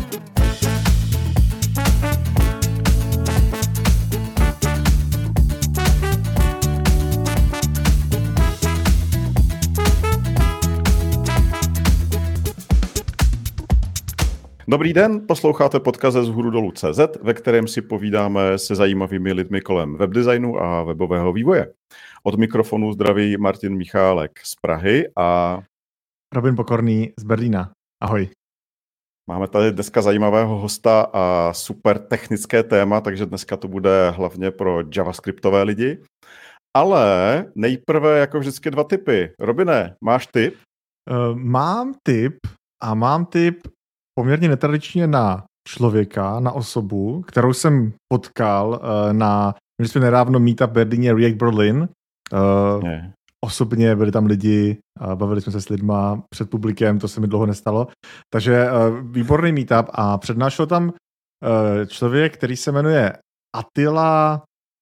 Dobrý den, posloucháte podcast ze Vzhůru dolů CZ, ve kterém si povídáme se zajímavými lidmi kolem webdesignu a webového vývoje. Od mikrofonu zdraví Martin Michálek z Prahy a Robin Pokorný z Berlína. Ahoj. Máme tady dneska zajímavého hosta a super technické téma, takže dneska to bude hlavně pro javascriptové lidi. Ale nejprve jako vždycky 2 tipy. Robine, máš tip? Mám tip poměrně netradičně na člověka, na osobu, kterou jsem potkal měli jsme nedávno meetup v Berlíně React Berlin. Osobně byli tam lidi, bavili jsme se s lidma před publikem, to se mi dlouho nestalo. Takže výborný meetup a přednášel tam člověk, který se jmenuje Attila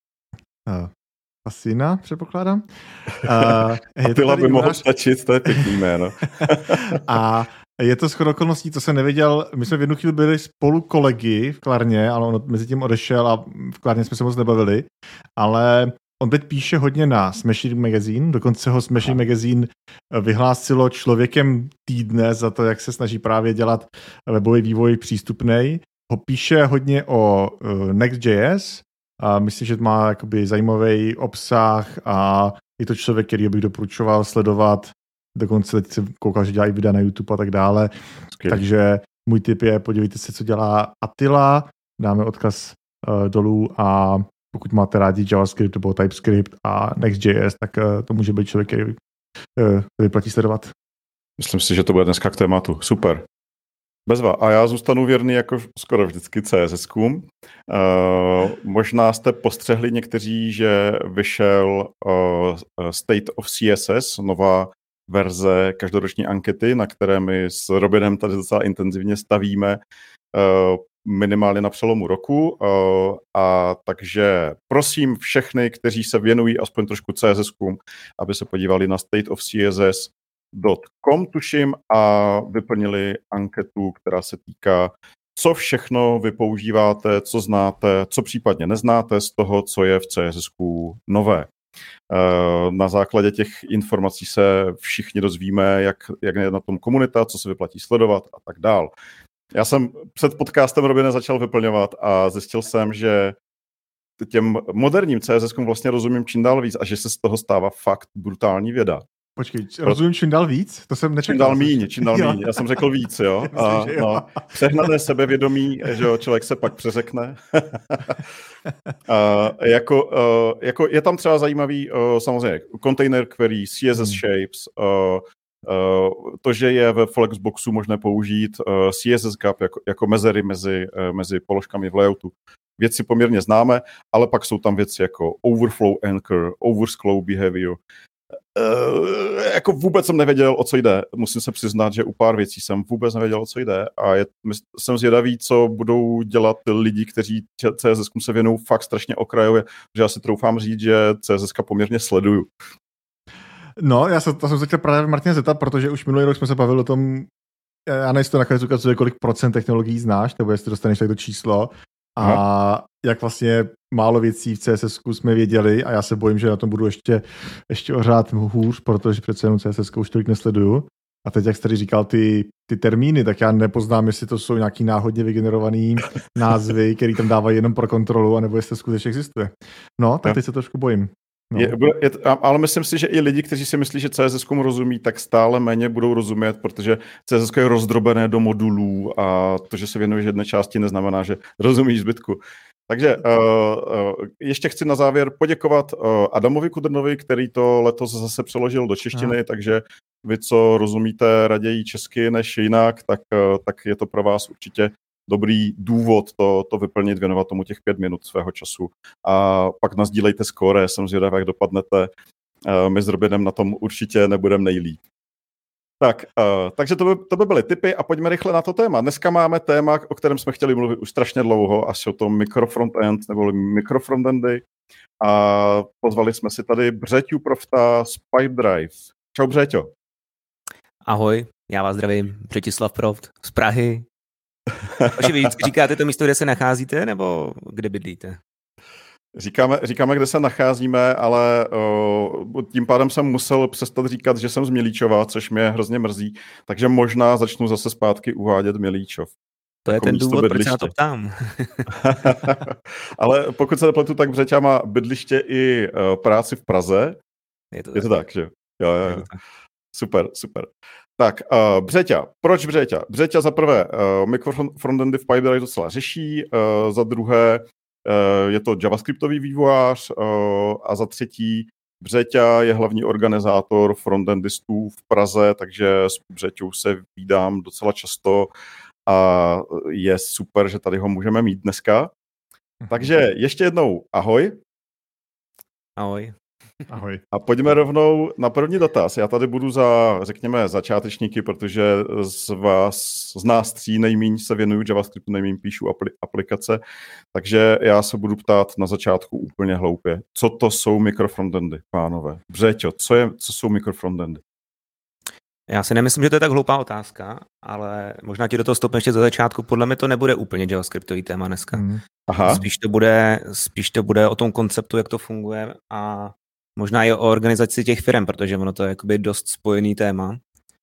Fasina, předpokládám. Attila by mohl stačit, to je pěkný jméno. A je to shodou okolností, co jsem nevěděl. My jsme v jednu chvíli byli spolu kolegy v Klarně, ale on mezi tím odešel a v Klarně jsme se moc nebavili. Ale on teď píše hodně na Smashing Magazine, dokonce ho Smashing Magazine vyhlásilo člověkem týdne za to, jak se snaží právě dělat webový vývoj přístupnej. Ho píše hodně o Next.js a myslím, že má jakoby zajímavý obsah a je to člověk, který bych doporučoval sledovat. Dokonce teď jsem koukal, že dělají videa na YouTube a tak dále. Takže můj tip je, podívejte se, co dělá Attila, dáme odkaz dolů a pokud máte rádi JavaScript nebo TypeScript a Next.js, tak to může být člověk, který vyplatí sledovat. Myslím si, že to bude dneska k tématu. Super. Bezva. A já zůstanu věrný jako skoro vždycky CSS-kům. Možná jste postřehli někteří, že vyšel State of CSS, nová verze každoroční ankety, na které my s Robinem tady docela intenzivně stavíme minimálně na přelomu roku. A takže prosím všechny, kteří se věnují aspoň trošku CSS-kům, aby se podívali na stateofcss.com, tuším, a vyplnili anketu, která se týká, co všechno vy používáte, co znáte, co případně neznáte z toho, co je v CSS-ku nové. Na základě těch informací se všichni dozvíme, jak je na tom komunita, co se vyplatí sledovat a tak dál. Já jsem před podcastem Robina začal vyplňovat a zjistil jsem, že těm moderním CSS-kům vlastně rozumím čím dál víc a že se z toho stává fakt brutální věda. Počkej, rozumím čím dál víc? To jsem nečekal. Čím dál míň. Já jsem řekl víc, jo. Přehnané sebevědomí, že jo, člověk se pak přeřekne. Jako je tam třeba zajímavý, samozřejmě, container query, CSS shapes, to, že je ve Flexboxu možné použít CSS gap jako mezery mezi položkami v layoutu. Věci poměrně známe, ale pak jsou tam věci jako overflow anchor, overscroll behavior. Jako vůbec jsem nevěděl, o co jde. Musím se přiznat, že u pár věcí jsem vůbec nevěděl, o co jde a jsem zvědavý, co budou dělat lidi, kteří CSS se věnují fakt strašně okrajově, že já si troufám říct, že CSS poměrně sleduju. No, to jsem se chtěl právě Martina zeptat, protože už minulý rok jsme se bavili o tom, já nejsem to nakonec ukazuje, kolik procent technologií znáš, nebo jestli dostaneš tak to číslo a jak vlastně málo věcí v CSS jsme věděli a já se bojím, že na tom budu ještě ořád hůř, protože přece jenom CSS už tolik nesleduju. A teď, jak jsi tady říkal ty termíny, tak já nepoznám, jestli to jsou nějaký náhodně vygenerovaný názvy, který tam dávají jenom pro kontrolu, anebo jestli to skutečně existuje. No, tak teď se trošku bojím. No. Ale myslím si, že i lidi, kteří si myslí, že CSS-kom rozumí, tak stále méně budou rozumět, protože CSS je rozdrobené do modulů a to, že se věnuješ jedné části, neznamená, že rozumíš zbytku. Takže ještě chci na závěr poděkovat Adamovi Kudrnovi, který to letos zase přeložil do češtiny, takže vy, co rozumíte raději česky než jinak, tak je to pro vás určitě dobrý důvod to vyplnit, věnovat tomu těch 5 minut svého času. A pak nasdílejte skóre, jsem zvědav, jak dopadnete. My s Robinem na tom určitě nebudeme nejlíp. Takže to by byly tipy a pojďme rychle na to téma. Dneska máme téma, o kterém jsme chtěli mluvit už strašně dlouho, a jsou to mikrofrontend nebo mikrofrontendy. A pozvali jsme si tady Břeťu Profta z Pipedrive. Čau Břeťo. Ahoj, já vás zdravím, Břetislav Proft z Prahy. Vy vždycky říkáte to místo, kde se nacházíte, nebo kde bydlíte? Říkáme, kde se nacházíme, ale tím pádem jsem musel přestat říkat, že jsem z Mělíčova, což mě hrozně mrzí, takže možná začnu zase zpátky uvádět Mělíčov. To je ten důvod, proč se na to ptám. Ale pokud se nepletu, tak Břeťa má bydliště i práci v Praze. Je to tak, že jo? Jo. Super. Tak, Břeťa. Proč Břeťa? Břeťa za prvé mikrofrontendy v Pipedrive docela řeší, za druhé je to javascriptový vývojář a za třetí Břeťa je hlavní organizátor frontendistů v Praze, takže s Břeťou se vídám docela často a je super, že tady ho můžeme mít dneska. Takže ještě jednou ahoj. Ahoj. Ahoj. A pojďme rovnou na první dotaz. Já tady budu za, řekněme, začátečníky, protože z nás tří nejméně se věnuju JavaScriptu, nejméně píšu aplikace, takže já se budu ptát na začátku úplně hloupě. Co to jsou mikrofrontendy, pánové? Břeťo, co jsou mikrofrontendy? Já si nemyslím, že to je tak hloupá otázka, ale možná ti do toho vstoupím ještě za začátku. Podle mě to nebude úplně javascriptový téma dneska. Aha. Spíš to bude o tom konceptu, jak to funguje a možná i o organizaci těch firm, protože ono to je jakoby dost spojený téma.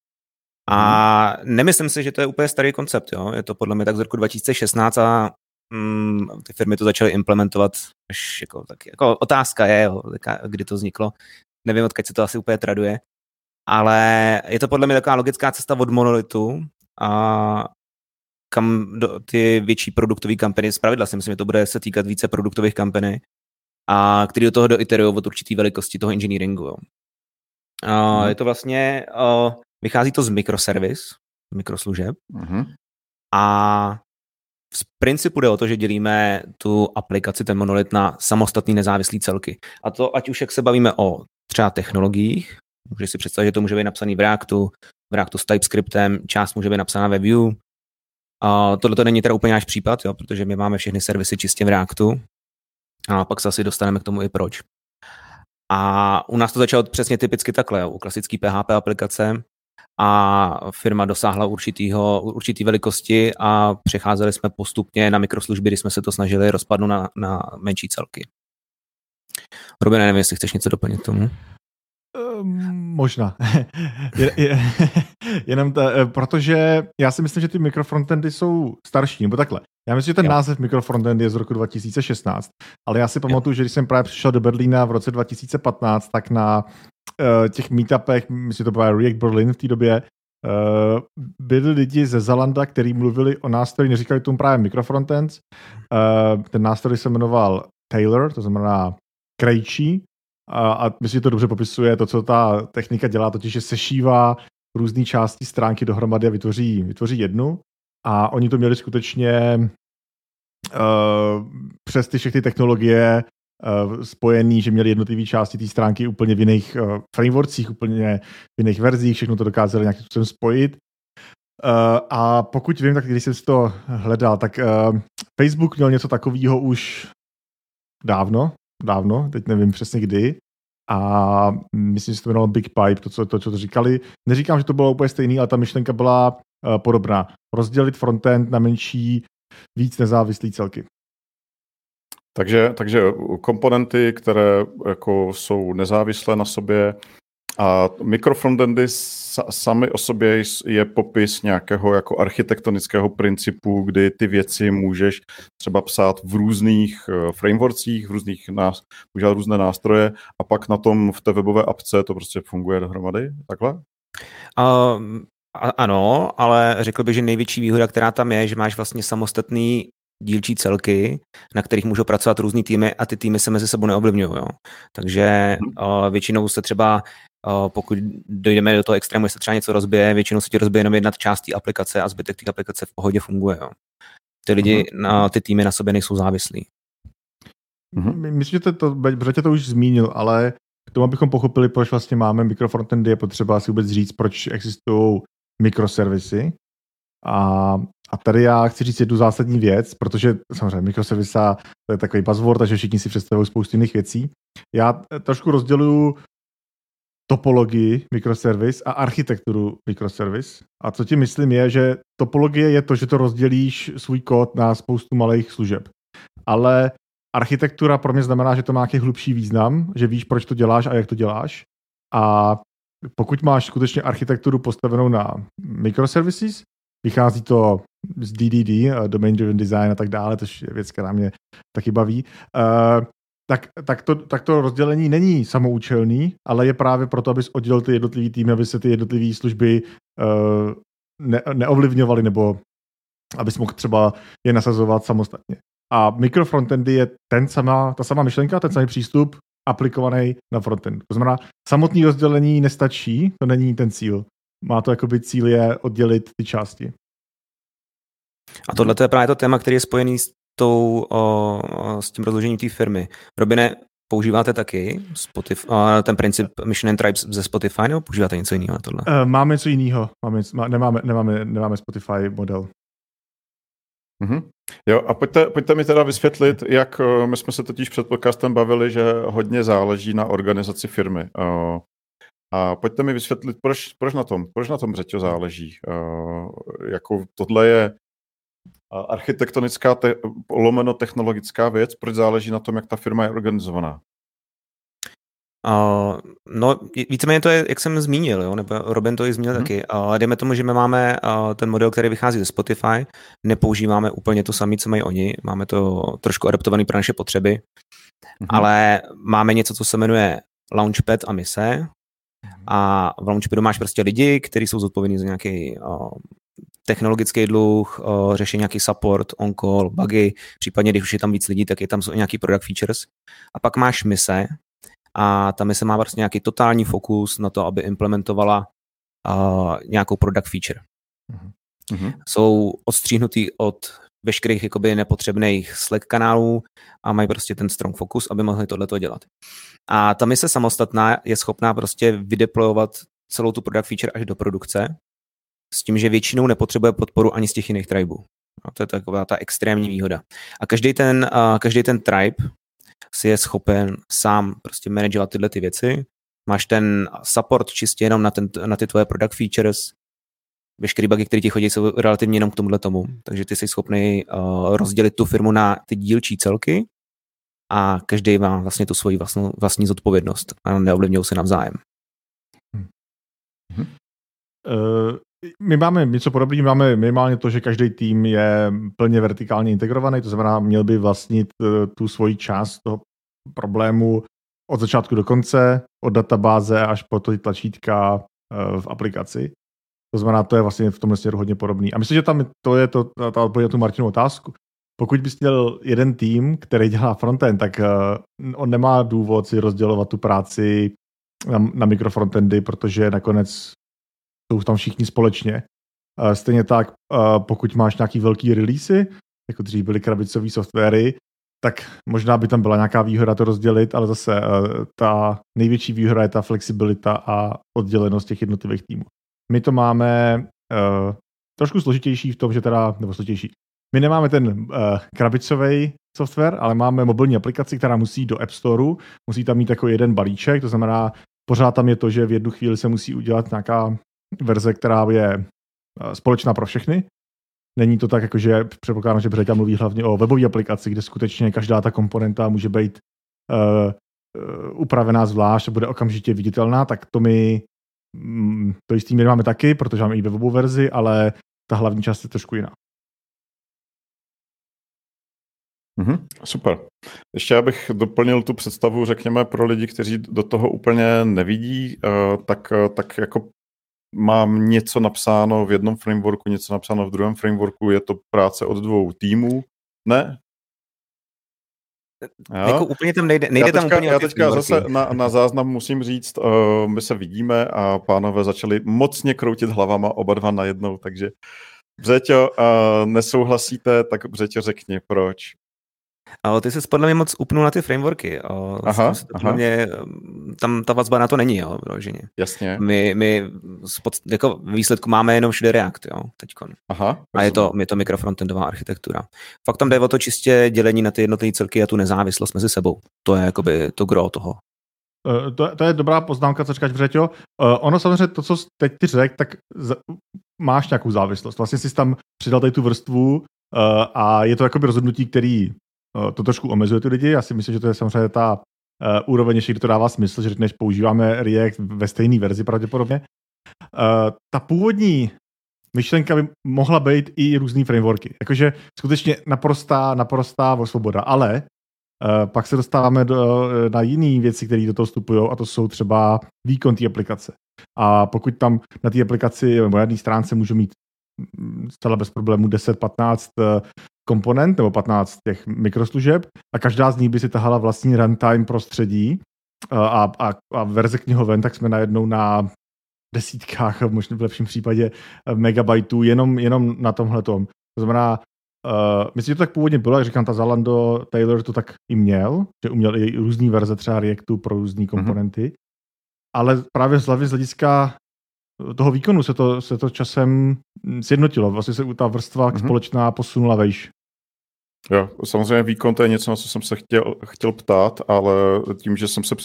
A nemyslím si, že to je úplně starý koncept. Jo? Je to podle mě tak z roku 2016 a ty firmy to začaly implementovat až jako otázka je, jo, kdy to vzniklo. Nevím, odkud se to asi úplně traduje. Ale je to podle mě taková logická cesta od monolitu a kam ty větší produktové kampany, zpravidla si myslím, že to bude se týkat více produktových kampany, a který do toho doiterují od určitý velikosti toho engineeringu. Jo. Je to vlastně, vychází to z mikroslužeb a v principu jde o to, že dělíme tu aplikaci, ten monolit na samostatný nezávislý celky. A to ať už jak se bavíme o třeba technologiích, můžeš si představit, že to může být napsaný v Reactu s TypeScriptem, část může být napsaná ve Vue. Tohle to není teda úplně náš případ, jo, protože my máme všechny servisy čistě v Reactu. A pak se asi dostaneme k tomu i proč. A u nás to začalo přesně typicky takhle, jo, u klasický PHP aplikace a firma dosáhla určitý velikosti a přecházeli jsme postupně na mikroslužby, kdy jsme se to snažili rozpadnout na menší celky. Robine, nevím, jestli chceš něco doplnit k tomu. Možná. Jenom protože já si myslím, že ty mikrofrontendy jsou starší, nebo takhle. Já myslím, že ten název mikrofrontend je z roku 2016, ale já si pamatuju, že když jsem právě přišel do Berlína v roce 2015, tak na těch meetupech, myslím, že to byla React Berlin v té době, byli lidi ze Zalanda, kteří mluvili o nástroji, neříkali tomu právě mikrofrontends. Ten nástroj se jmenoval Tailor, to znamená krejčí, a myslím, že to dobře popisuje to, co ta technika dělá, totiž že sešívá různé části stránky dohromady a vytvoří jednu. A oni to měli skutečně přes ty všechny technologie spojený, že měli jednotlivé části té stránky úplně v jiných frameworkcích, úplně v jiných verzích, všechno to dokázali nějakým způsobem spojit. A pokud vím, tak když jsem si to hledal, tak Facebook měl něco takového už dávno, teď nevím přesně kdy, a myslím, že se to jmenovalo Big Pipe, to, co říkali. Neříkám, že to bylo úplně stejný, ale ta myšlenka byla podobná. Rozdělit frontend na menší, víc nezávislý celky. Takže komponenty, které jako jsou nezávislé na sobě, a mikrofrontendy sami o sobě je popis nějakého jako architektonického principu, kdy ty věci můžeš třeba psát v různých frameworkcích, používat různé nástroje a pak na tom v té webové apce to prostě funguje dohromady, takhle? Ano, ale řekl bych, že největší výhoda, která tam je, že máš vlastně samostatný dílčí celky, na kterých můžou pracovat různý týmy a ty týmy se mezi sebou neovlivňují. Takže většinou se třeba, pokud dojdeme do toho extrému, jestli třeba něco rozbije, většinou se ti rozbije jenom jedna část té aplikace a zbytek té aplikace v pohodě funguje. Jo. Ty lidi, ty týmy na sobě nejsou závislí. Myslím, že Břetě to už zmínil, ale k tomu, abychom pochopili, proč vlastně máme mikrofrontendy, je potřeba si vůbec říct, proč existují mikroservisy. A tady já chci říct jednu zásadní věc, protože samozřejmě mikroservisa to je takový buzzword, takže všichni si představují spoustu jiných věcí. Já trošku rozděluju topologii microservice a architekturu microservice. A co ti myslím je, že topologie je to, že to rozdělíš svůj kód na spoustu malých služeb. Ale architektura pro mě znamená, že to má nějaký hlubší význam, že víš, proč to děláš a jak to děláš. A pokud máš skutečně architekturu postavenou na microservices, vychází to z DDD, Domain Driven Design a tak dále, to je věc, která mě taky baví, tak to rozdělení není samoučelný, ale je právě proto, abys oddělil ty jednotlivý týmy, aby se ty jednotlivé služby neovlivňovaly, nebo abys mohl třeba je nasazovat samostatně. A mikrofrontendy je ta sama myšlenka, ten samý přístup aplikovaný na frontend. To znamená, samotné rozdělení nestačí, to není ten cíl. Má to jakoby cíl je oddělit ty části. A tohle je právě to téma, který je spojený s tím rozložením té firmy. Robine, používáte taky ten princip Mission and Tribes ze Spotify, nebo používáte něco jiného na tohle? Máme něco jiného. Nemáme Spotify model. Mm-hmm. Jo, a pojďte mi teda vysvětlit, jak my jsme se totiž před podcastem bavili, že hodně záleží na organizaci firmy. A pojďte mi vysvětlit, proč na tom Břeťo záleží. Jako tohle je architektonická lomeno technologická věc, proč záleží na tom, jak ta firma je organizovaná? No, víceméně to je, jak jsem zmínil, jo? Nebo Robin to i zmínil taky. Dejme tomu, že my máme ten model, který vychází ze Spotify, nepoužíváme úplně to samé, co mají oni, máme to trošku adaptované pro naše potřeby, ale máme něco, co se jmenuje Launchpad a mise, a v Launchpadu máš prostě lidi, kteří jsou zodpovědní za nějaký technologický dluh, řešení nějaký support, on-call, bugy, případně když už je tam víc lidí, tak je tam nějaký product features. A pak máš mise, a ta mise má vlastně nějaký totální fokus na to, aby implementovala nějakou product feature. Jsou odstříhnutý od veškerých jakoby nepotřebných Slack kanálů a mají prostě ten strong focus, aby mohli tohleto dělat. A ta mise samostatná je schopná prostě vydeployovat celou tu product feature až do produkce, s tím, že většinou nepotřebuje podporu ani z těch jiných tribů. A to je taková ta extrémní výhoda. A každý ten tribe si je schopen sám prostě manažovat tyhle ty věci. Máš ten support čistě jenom na ty tvoje product features. Veškerý bugy, které ti chodí, jsou relativně jenom k tomuhle tomu. Takže ty jsi schopný rozdělit tu firmu na ty dílčí celky a každý má vlastně tu svoji vlastní zodpovědnost a neovlivňují se navzájem. My máme něco podobného, máme minimálně to, že každý tým je plně vertikálně integrovaný, to znamená, měl by vlastnit tu svoji část toho problému od začátku do konce, od databáze až po ty tlačítka v aplikaci. To znamená, to je vlastně v tomhle směru hodně podobný. A myslím, že tam to je ta odpověď na tu Martinovu otázku. Pokud bys měl jeden tým, který dělá frontend, tak on nemá důvod si rozdělovat tu práci na mikrofrontendy, protože nakonec jsou tam všichni společně. Stejně tak, pokud máš nějaký velký releasy, jako dřív byly krabicové softwary, tak možná by tam byla nějaká výhoda to rozdělit, ale zase ta největší výhoda je ta flexibilita a oddělenost těch jednotlivých týmů. My to máme trošku složitější v tom, že nebo složitější. My nemáme ten krabicový software, ale máme mobilní aplikaci, která musí do App Storeu, musí tam mít jako jeden balíček, to znamená, pořád tam je to, že v jednu chvíli se musí udělat nějaká verze, která je společná pro všechny. Není to tak, jako že předpokládám, že Břeťa mluví hlavně o webové aplikaci, kde skutečně každá ta komponenta může být upravená zvlášť a bude okamžitě viditelná, tak to jistý my máme taky, protože máme i webovou verzi, ale ta hlavní část je trošku jiná. Super. Ještě abych doplnil tu představu, řekněme, pro lidi, kteří do toho úplně nevidí, tak jako mám něco napsáno v jednom frameworku, něco napsáno v druhém frameworku, je to práce od 2 týmů, ne? Jako úplně tam nejde tam úplně. Já teďka zase na záznam musím říct, my se vidíme a pánové začali mocně kroutit hlavama oba dva najednou, takže Břeťo, nesouhlasíte, tak Břeťo řekni, proč. Ale ty jsi podle mě moc upnul na ty frameworky. Mě, tam ta vazba na to není, jo, vyloženě. Jasně. My jako výsledku máme jenom všude React, jo, teďkon. A je to mikrofrontendová architektura. Fakt tam jde o to čistě dělení na ty jednotlivé celky a tu nezávislost mezi sebou. To je jakoby to gro toho. To je dobrá poznámka, co říkáš, Vřeťo. Ono samozřejmě to, co teď ty řekl, tak máš nějakou závislost. Vlastně jsi tam přidal tady tu vrstvu a je to jakoby rozhodnutí, který to trošku omezuje ty lidi. Já si myslím, že to je samozřejmě ta úroveň, ještě kdy to dává smysl, že řekneš, používáme React ve stejné verzi pravděpodobně. Ta původní myšlenka by mohla být i různý frameworky. Jakože skutečně naprostá svoboda, ale pak se dostáváme na jiné věci, které do toho vstupují, a to jsou třeba výkon té aplikace. A pokud tam na té aplikaci nebo na jedné stránce můžu mít zcela bez problémů 10-15 komponent nebo 15 těch mikroslužeb a každá z nich by si tahala vlastní runtime prostředí a verze knihoven, tak jsme najednou na desítkách, možná v lepším případě megabajtů, jenom na tomhletom. To znamená, myslím, že to tak původně bylo, jak říkám, ta Zalando Taylor to tak i měl, že uměl i různý verze třeba Reactu pro různý komponenty, ale právě z hlediska toho výkonu se to časem sjednotilo. Vlastně se ta vrstva společná posunula vejš. Jo, samozřejmě výkon to je něco, na co jsem se chtěl ptát, ale tím, že jsem se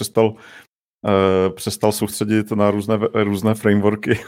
přestal soustředit na různé frameworky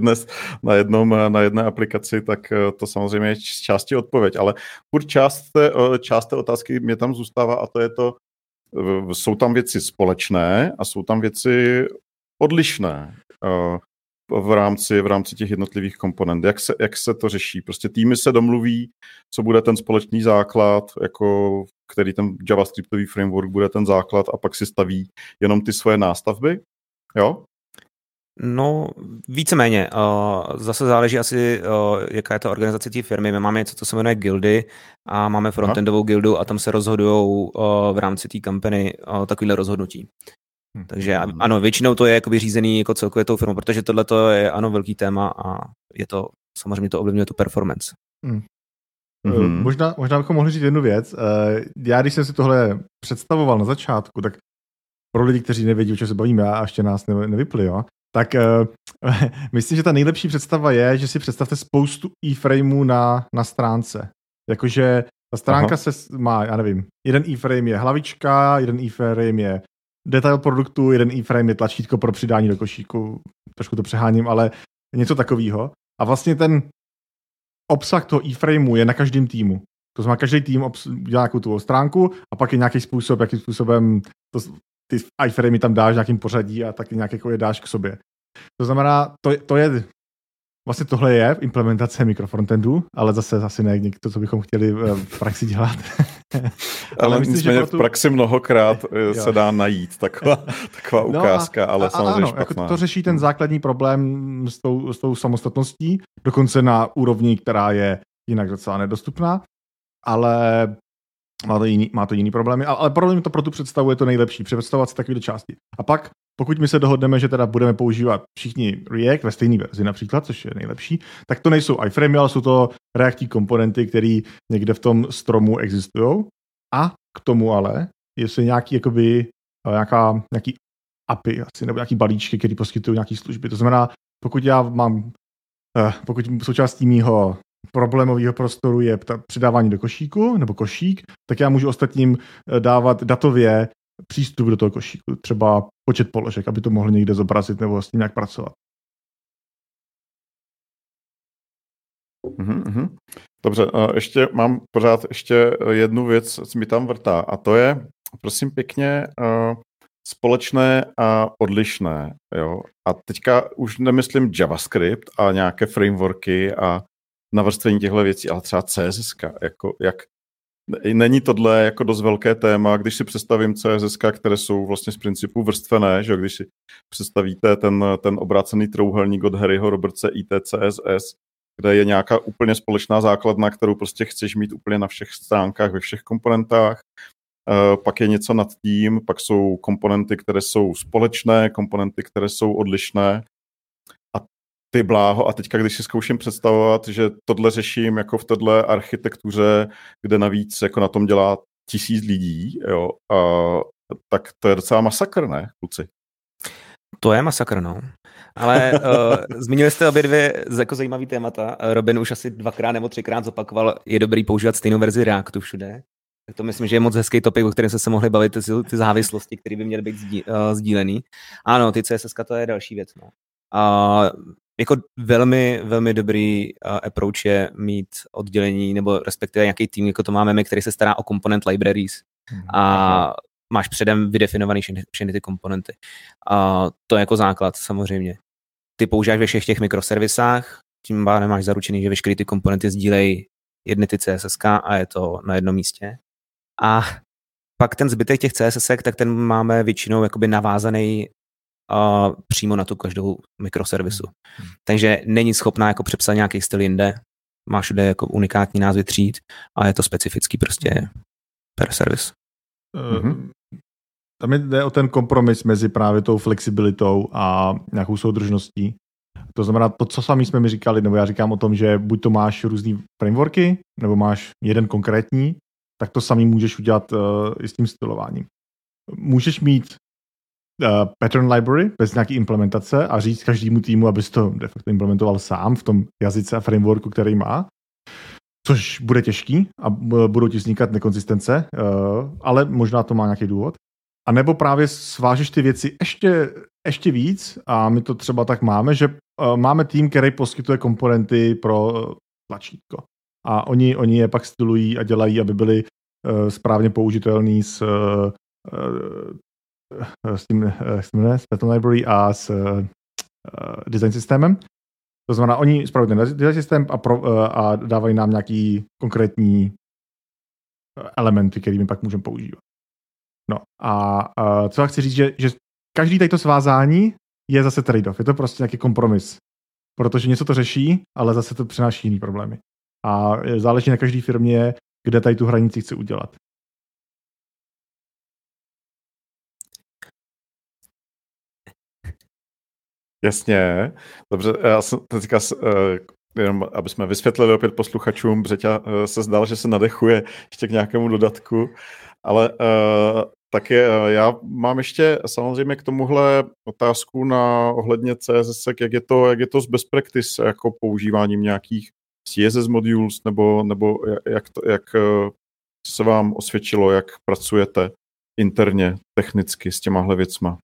na jedné aplikaci, tak to samozřejmě je z části odpověď, ale furt část té otázky mě tam zůstává a to je to, jsou tam věci společné a jsou tam věci odlišné v rámci těch jednotlivých komponent. Jak se to řeší? Prostě týmy se domluví, co bude ten společný základ, jako který ten javascriptový framework bude ten základ a pak si staví jenom ty svoje nástavby? Jo? No, víceméně. Zase záleží asi, jaká je to organizace té firmy. My máme něco, co se jmenuje guildy a máme frontendovou guildu a tam se rozhodují v rámci té kampany takovýhle rozhodnutí. Takže ano, většinou to je jakoby řízený jako celkově tou firmou, protože tohle je ano velký téma a je to, samozřejmě to ovlivňuje tu performance. Možná bychom mohli říct jednu věc. Já, když jsem si tohle představoval na začátku, tak pro lidi, kteří nevědí, o čem se bavíme a ještě nás nevypli, jo, tak myslím, že ta nejlepší představa je, že si představte spoustu e-frameů na stránce. Jakože ta stránka se má, já nevím, jeden e-frame je hlavička, jeden e-frame je detail produktu, jeden e-frame je tlačítko pro přidání do košíku, trošku to přeháním, ale něco takového. A vlastně ten obsah toho e-frameu je na každém týmu. To znamená, každý tým dělá nějakou tu stránku a pak je nějaký způsob, jakým způsobem ty e-framey tam dáš v nějakým pořadí a taky nějak jako je dáš k sobě. To znamená, to je vlastně tohle je implementace mikrofrontendu, ale zase asi ne to, co bychom chtěli v praxi dělat. ale myslím, že v praxi mnohokrát se dá najít taková ukázka, ale samozřejmě ano, jako to řeší ten základní problém s tou samostatností, dokonce na úrovni, která je jinak docela nedostupná, ale má to jiný problémy, ale problém to pro tu představu je to nejlepší, představovat si takové části. A pak, pokud my se dohodneme, že teda budeme používat všichni React ve stejné verzi například, což je nejlepší, tak to nejsou iframey, ale jsou to reaktní komponenty, které někde v tom stromu existují. A k tomu ale, jestli nějaký API asi, nebo nějaký balíčky, které poskytují nějaké služby. To znamená, pokud součástí mýho problémového prostoru je přidávání do košíku nebo košík, tak já můžu ostatním dávat datově přístup do toho košíku, třeba počet položek, aby to mohli někde zobrazit nebo s tím nějak pracovat. Dobře, ještě mám pořád jednu věc, co mi tam vrtá, a to je, prosím pěkně, společné a odlišné. Jo? A teďka už nemyslím JavaScript a nějaké frameworky a navrstvení těchto věcí, ale třeba CSS. Není tohle jako dost velké téma, když si představím CSS, které jsou vlastně z principu vrstvené, že když si představíte ten obrácený trouhelník od Harryho Robertse ITCSS, kde je nějaká úplně společná základna, kterou prostě chceš mít úplně na všech stránkách, ve všech komponentách. Pak je něco nad tím, pak jsou komponenty, které jsou společné, komponenty, které jsou odlišné. A ty bláho, a teďka, když si zkouším představovat, že tohle řeším jako v téhle architektuře, kde navíc jako na tom dělá 1000 lidí, jo, tak to je docela masakr, ne, kluci? To je masakr, no. Ale zmínili jste obě dvě jako zajímavý témata. Robin už asi 2x nebo 3x zopakoval, je dobrý používat stejnou verzi Reactu všude. Tak to myslím, že je moc hezký topik, o kterém jsme se mohli bavit, ty závislosti, které by měly být sdílený. Ano, ty CSS to je další věc. No. Jako velmi, velmi dobrý approach je mít oddělení, nebo respektive nějaký tým, jako to máme my, který se stará o component libraries. A máš předem vydefinovaný všechny ty komponenty. To je jako základ samozřejmě. Ty používáš ve všech těch mikroservisách, tím pádem máš zaručený, že veškeré ty komponenty sdílejí jedny ty CSS a je to na jednom místě. A pak ten zbytek těch CSS, tak ten máme většinou jakoby navázaný přímo na tu každou mikroservisu. Takže není schopná jako přepsat nějaký styl jinde. Máš všude jako unikátní názvy tříd a je to specifický prostě per servis. Tam jde o ten kompromis mezi právě tou flexibilitou a nějakou soudržností. To znamená, to, co sami jsme mi říkali, nebo já říkám o tom, že buď to máš různý frameworky, nebo máš jeden konkrétní, tak to samý můžeš udělat i s tím stylováním. Můžeš mít pattern library bez nějaký implementace a říct každému týmu, abys to de facto implementoval sám v tom jazyce a frameworku, který má, což bude těžký a budou ti vznikat nekonzistence, ale možná to má nějaký důvod. A nebo právě svážeš ty věci ještě víc a my to třeba tak máme, že máme tým, který poskytuje komponenty pro tlačítko. A oni je pak stylují a dělají, aby byly správně použitelný s tím s Pattern Library a s design systémem. To znamená, oni spravují ten design systém a dávají nám nějaký konkrétní elementy, kterými pak můžeme používat. No a co já chci říct, že každý tato svázání je zase trade-off. Je to prostě nějaký kompromis. Protože něco to řeší, ale zase to přináší jiný problémy. A záleží na každé firmě, kde tady tu hranici chce udělat. Jasně. Dobře, já jsem teďka, jenom aby jsme vysvětlili opět posluchačům, Břeťa se zdal, že se nadechuje ještě k nějakému dodatku, ale tak já mám ještě samozřejmě k tomuhle otázku na ohledně CSS, jak je to z best practice, jako používáním nějakých CSS modules, nebo jak se vám osvědčilo, jak pracujete interně, technicky s těmahle věcma.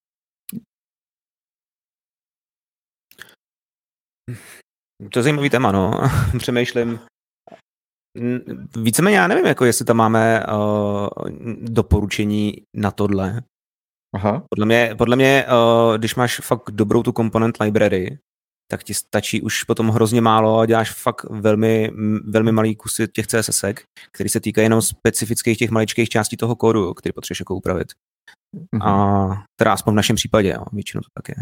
To je zajímavý téma, no. Přemýšlím. Víceméně já nevím, jako jestli tam máme doporučení na tohle. Aha. Podle mě, když máš fakt dobrou tu component library, tak ti stačí už potom hrozně málo a děláš fakt velmi, velmi malý kusy těch CSSek, který se týkají jenom specifických těch maličkých částí toho kódu, který potřebuješ jako upravit. A teda aspoň v našem případě, jo, většinou to tak je.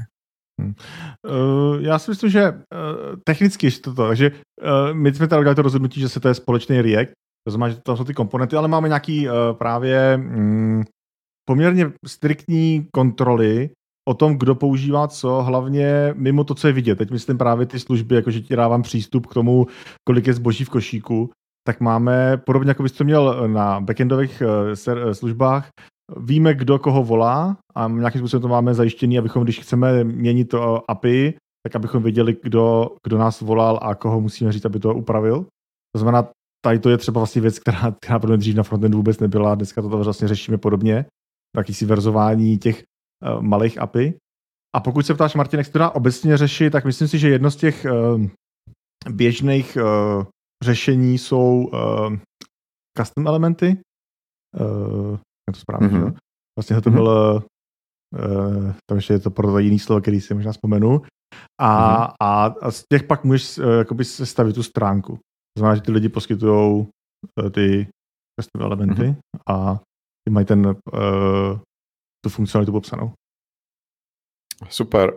Já si myslím, že technicky ještě toto, takže my jsme tady udělali to rozhodnutí, že se to je společný React, to znamená, že tam jsou ty komponenty, ale máme nějaký právě poměrně striktní kontroly o tom, kdo používá co, hlavně mimo to, co je vidět. Teď myslím právě ty služby, jakože ti dávám přístup k tomu, kolik je zboží v košíku, tak máme, podobně jako bys to měl na backendových službách, víme, kdo koho volá a nějakým způsobem to máme zajištěný, abychom, když chceme měnit to API, tak abychom věděli, kdo nás volal a koho musíme říct, aby to upravil. To znamená, tady to je třeba vlastně věc, která pro mě dřív na frontendu vůbec nebyla, dneska to vlastně řešíme podobně, jakýsi verzování těch malých API. A pokud se ptáš, Martin, jak se to dá obecně řešit, tak myslím si, že jedno z těch běžných řešení jsou custom elementy. Je to správně, že? Vlastně to bylo, tam ještě je to pro jiný slovo, který si možná vzpomenu. A z těch pak můžeš jakoby sestavit tu stránku. To znamená, že ty lidi poskytují ty custom elementy a ty mají tu funkcionalitu popsanou. Super.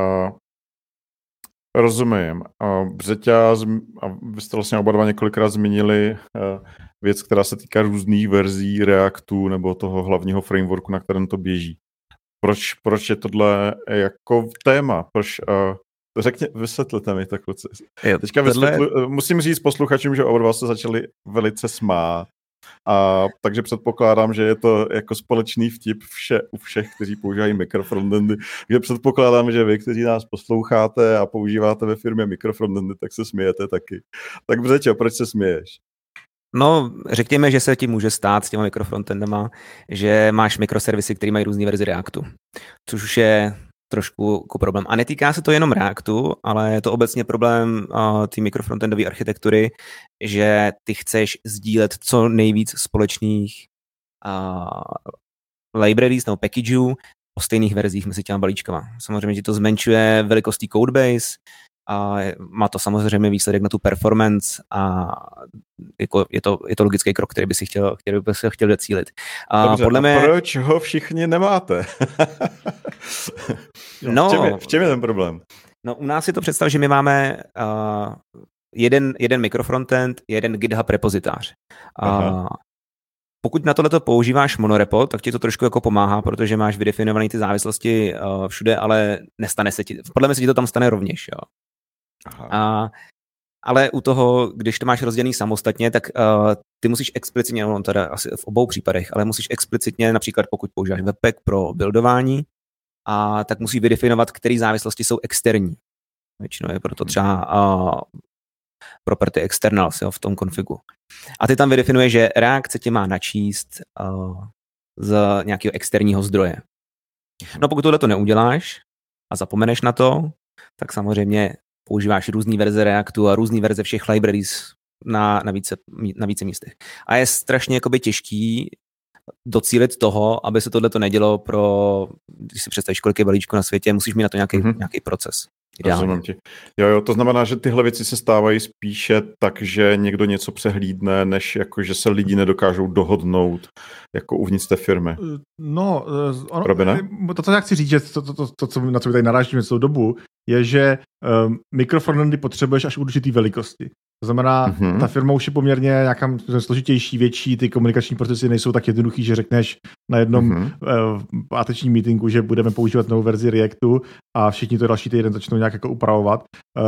Rozumím. Břeťa, a vy jste vlastně oba dva několikrát zmínili věc, která se týká různých verzí Reactu nebo toho hlavního frameworku, na kterém to běží. Proč je tohle jako téma? Vysvětlete mi to, kluci. Teďka musím říct posluchačům, že oba dva se začali velice smát. Takže předpokládám, že je to jako společný vtip u všech, kteří používají mikrofrontendy. Takže předpokládám, že vy, kteří nás posloucháte a používáte ve firmě mikrofrontendy, tak se smějete taky. Tak Břeťo, proč se směješ? No, řekněme, že se ti může stát s těma mikrofrontendama, že máš mikroservisy, které mají různé verzi Reactu, což už je trošku jako problém. A netýká se to jenom Reactu, ale je to obecně problém té mikrofrontendové architektury, že ty chceš sdílet co nejvíc společných libraries nebo packageů o stejných verzích mezi těma balíčkama. Samozřejmě ti to zmenšuje velikostí codebase, a má to samozřejmě výsledek na tu performance a jako je to logický krok, který by si chtěl docílit. Dobře, podle mě... proč ho všichni nemáte? V čem je ten problém? No, u nás si to představ, že my máme jeden mikrofrontend, jeden GitHub repozitář. Pokud na tohleto používáš monorepo, tak ti to trošku jako pomáhá, protože máš vydefinované ty závislosti všude, ale nestane se ti. Podle mě se ti to tam stane rovněž. Jo. Ale u toho, když to máš rozdělený samostatně, tak ty musíš explicitně, no teda asi v obou případech, ale musíš explicitně, například pokud používáš Webpack pro buildování, tak musí vydefinovat, které závislosti jsou externí. Většinou je proto třeba property externals, jo, v tom konfigu. A ty tam vydefinuje, že reakce tě má načíst z nějakého externího zdroje. No pokud tohle to neuděláš a zapomeneš na to, tak samozřejmě používáš různý verze Reactu a různý verze všech libraries na více místech. A je strašně jakoby těžký docílit toho, aby se tohle to nedělo když si představíš, kolik je balíčků na světě, musíš mít na to nějaký proces. Rozumím ti. Jo, to znamená, že tyhle věci se stávají spíše tak, že někdo něco přehlídne, než jako, že se lidi nedokážou dohodnout jako uvnitř té firmy. No, to, co já chci říct, že na co my tady narážíme celou dobu, je, že mikrofrontendy potřebuješ až určitý velikosti. To znamená, ta firma už je poměrně nějaká složitější, větší, ty komunikační procesy nejsou tak jednoduchý, že řekneš na jednom pátečním meetingu, že budeme používat novou verzi Reactu a všichni to další týden začnou nějak jako upravovat.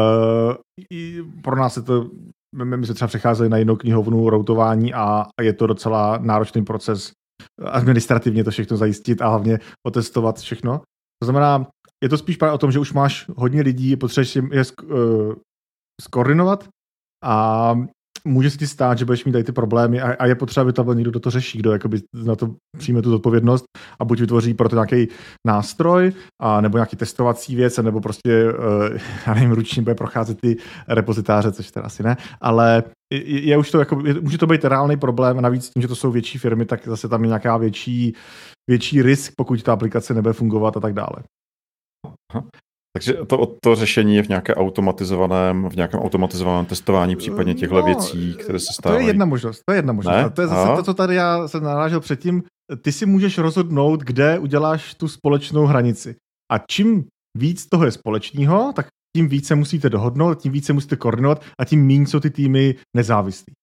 Pro nás je to, my se třeba přecházeli na jinou knihovnu routování a je to docela náročný proces administrativně to všechno zajistit a hlavně otestovat všechno. To znamená, je to spíš právě o tom, že už máš hodně lidí, potřebuješ je skoordinovat a může se ti stát, že budeš mít tady ty problémy a je potřeba, aby tam byl někdo, kdo to řeší, kdo jakoby na to přijme tu zodpovědnost a buď vytvoří pro to nějaký nástroj a nebo nějaký testovací věc, nebo prostě, já nevím, ručně bude procházet ty repozitáře, což teda asi ne, ale je už to jako, může to být reálný problém a navíc tím, že to jsou větší firmy, tak zase tam je nějaká větší risk, pokud ta aplikace nebude fungovat a tak dále. Aha. Takže to řešení je v nějakém automatizovaném testování případně těchto věcí, které se stávají. To je jedna možnost. A to je zase to, co tady já jsem narážel předtím. Ty si můžeš rozhodnout, kde uděláš tu společnou hranici. A čím víc toho je společného, tak tím více musíte dohodnout, tím více musíte koordinovat a tím méně jsou ty týmy nezávislí.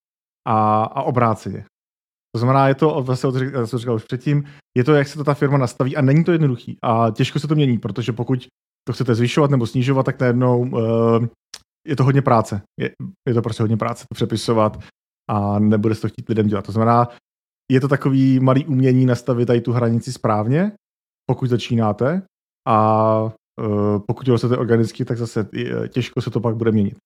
A obráceně. To znamená, je to, zase co říkal už předtím, je to, jak se to ta firma nastaví a není to jednoduchý. A těžko se to mění, protože pokud to chcete zvyšovat nebo snižovat, tak najednou je to hodně práce. Je to prostě hodně práce to přepisovat a nebude se to chtít lidem dělat. To znamená, je to takový malý umění nastavit tady tu hranici správně, pokud začínáte a pokud to rostete organicky, tak zase těžko se to pak bude měnit.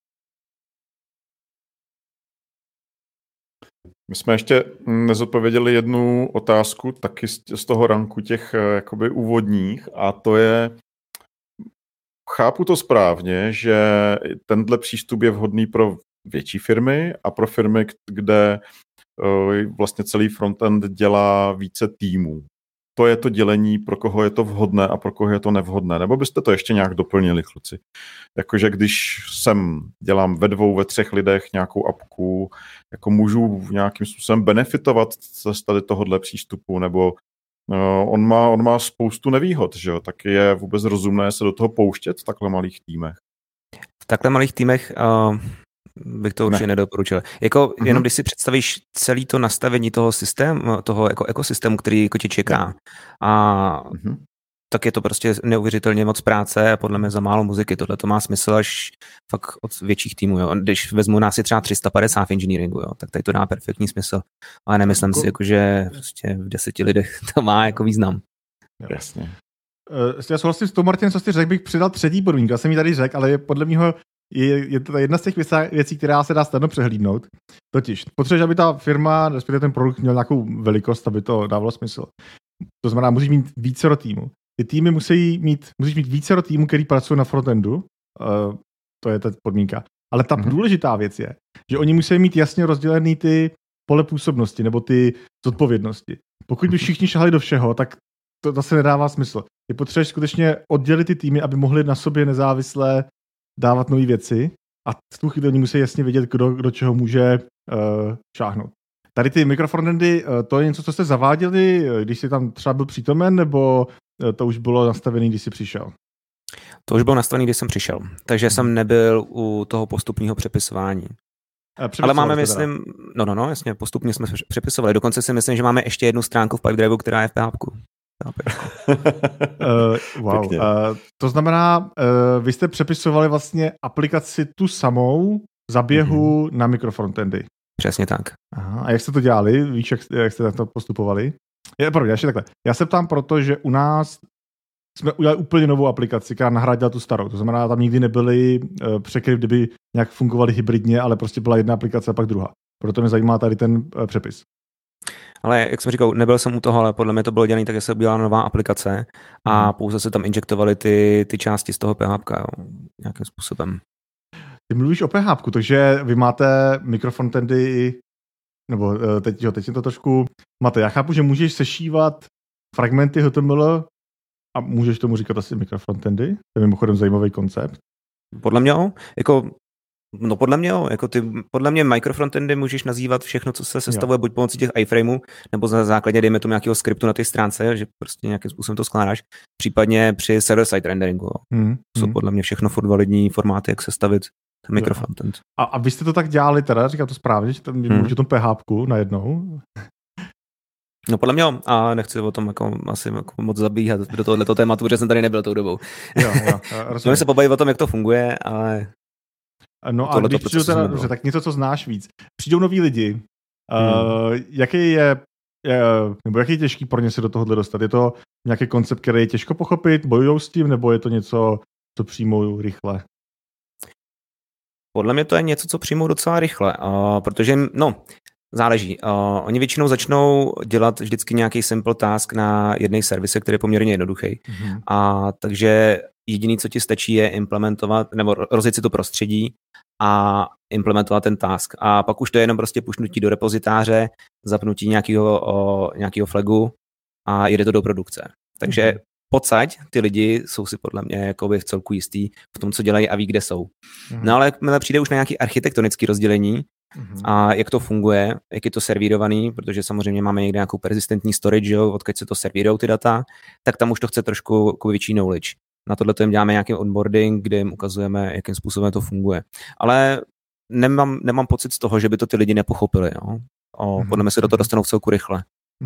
My jsme ještě nezodpověděli jednu otázku, taky z toho ranku těch jakoby úvodních, a to je, chápu to správně, že tenhle přístup je vhodný pro větší firmy a pro firmy, kde vlastně celý frontend dělá více týmů. To je to dělení, pro koho je to vhodné a pro koho je to nevhodné. Nebo byste to ještě nějak doplnili, kluci? Jakože když dělám ve 2, ve 3 lidech nějakou apku, jako můžu nějakým způsobem benefitovat z tady tohohle přístupu, nebo on má spoustu nevýhod, že jo? Tak je vůbec rozumné se do toho pouštět v takhle malých týmech? V takhle malých týmech bych to určitě nedoporučil. Jako jenom když si představíš celé to nastavení toho systému, toho jako ekosystému, který jako tě čeká, tak je to prostě neuvěřitelně moc práce a podle mě za málo muziky. Tohle to má smysl až fakt od větších týmů. Jo. Když vezmu nás je třeba 350 v engineeringu, jo, tak tady to dá perfektní smysl. Ale nemyslím si, jako, že prostě v 10 lidech to má jako význam. Jasně. Já souhlasím s tou, Martin, co jsi řekl, bych přidal třetí podmínku. Já jsem ji tady řekl, ale je podle mého je to jedna z těch věcí, která se dá snadno přehlídnout. Totiž potřebuješ, aby ta firma, respektive ten produkt měl nějakou velikost, aby to dávalo smysl. To znamená, musíš mít vícero týmů. Ty týmy musíš mít vícero týmů, který pracují na frontendu. To je ta podmínka. Ale ta důležitá věc je, že oni musí mít jasně rozdělený ty pole působnosti nebo ty zodpovědnosti. Pokud by všichni šahali do všeho, tak to zase nedává smysl. Je potřeba skutečně oddělit ty týmy, aby mohli na sobě nezávisle dávat nové věci a v tu chvíli oni musí jasně vědět, kdo čeho může šáhnout. Tady ty mikrofrontendy, to je něco, co jste zaváděli, když jsi tam třeba byl přítomen, nebo to už bylo nastavené, když jsi přišel? To už bylo nastavené, když jsem přišel. Takže jsem nebyl u toho postupního přepisování. Ale máme, myslím, jasně, postupně jsme přepisovali. Dokonce si myslím, že máme ještě jednu stránku v Pipedrive, která je v PHP. Wow. To znamená, vy jste přepisovali vlastně aplikaci tu samou za běhu na mikrofrontendy. Přesně tak. Aha. A jak jste to dělali? Víš, jak jste to postupovali? Já se ptám proto, že u nás jsme udělali úplně novou aplikaci, která nahradila tu starou. To znamená, tam nikdy nebyly překryv, kdyby nějak fungovaly hybridně, ale prostě byla jedna aplikace a pak druhá. Proto mě zajímá tady ten přepis. Ale jak jsem říkal, nebyl jsem u toho, ale podle mě to bylo dělané tak, že se udělala nová aplikace a pouze se tam injektovaly ty části z toho PHP nějakým způsobem. Ty mluvíš o PHP, takže vy máte mikrofrontendy, nebo teď je to trošku... Máte, já chápu, že můžeš sešívat fragmenty HTML a můžeš tomu říkat asi mikrofrontendy? To je mimochodem zajímavý koncept. Podle mě podle mě microfrontendy můžeš nazývat všechno, co se sestavuje buď pomocí těch iframeů, nebo na základě, dejme tomu, nějakého skriptu na té stránce, že prostě nějakým způsobem to skládáš, případně při server-side renderingu. Jsou podle mě všechno furt validní formáty, jak sestavit ten mikrofrontend. A vy jste to tak dělali teda, říkám to správně, že tam mluvíš o tom PHPku najednou? No podle mě a nechci o tom asi moc zabíhat do tohoto tématu, protože jsem tady nebyl tou dobou. Můžeme se pobavit o tom, jak to funguje, ale... No a když přijdou teda, dobře, tak něco, co znáš víc. Přijdou noví lidi, jaký je těžký pro ně se do tohohle dostat? Je to nějaký koncept, který je těžko pochopit, bojujou s tím, nebo je to něco, co přijmou rychle? Podle mě to je něco, co přijmou docela rychle, protože, záleží. Oni většinou začnou dělat vždycky nějaký simple task na jedné servise, který je poměrně jednoduchý. A takže jediný, co ti stačí, je implementovat, nebo rozjet si to prostředí a implementovat ten task. A pak už to je jenom prostě pušnutí do repozitáře, zapnutí nějakého flagu a jede to do produkce. Takže pocať ty lidi jsou si podle mě jakoby v celku jistý v tom, co dělají a ví, kde jsou. No ale jakmile přijde už na nějaké architektonické rozdělení a jak to funguje, jak je to servírovaný, protože samozřejmě máme někde nějakou persistentní storage, odkud se to servírujou ty data, tak tam už to chce trošku větší knowledge. Na tohle jim děláme nějaký onboarding, kde jim ukazujeme, jakým způsobem to funguje. Ale nemám pocit z toho, že by to ty lidi nepochopili. Podle mě se do toho dostanou v celku rychle.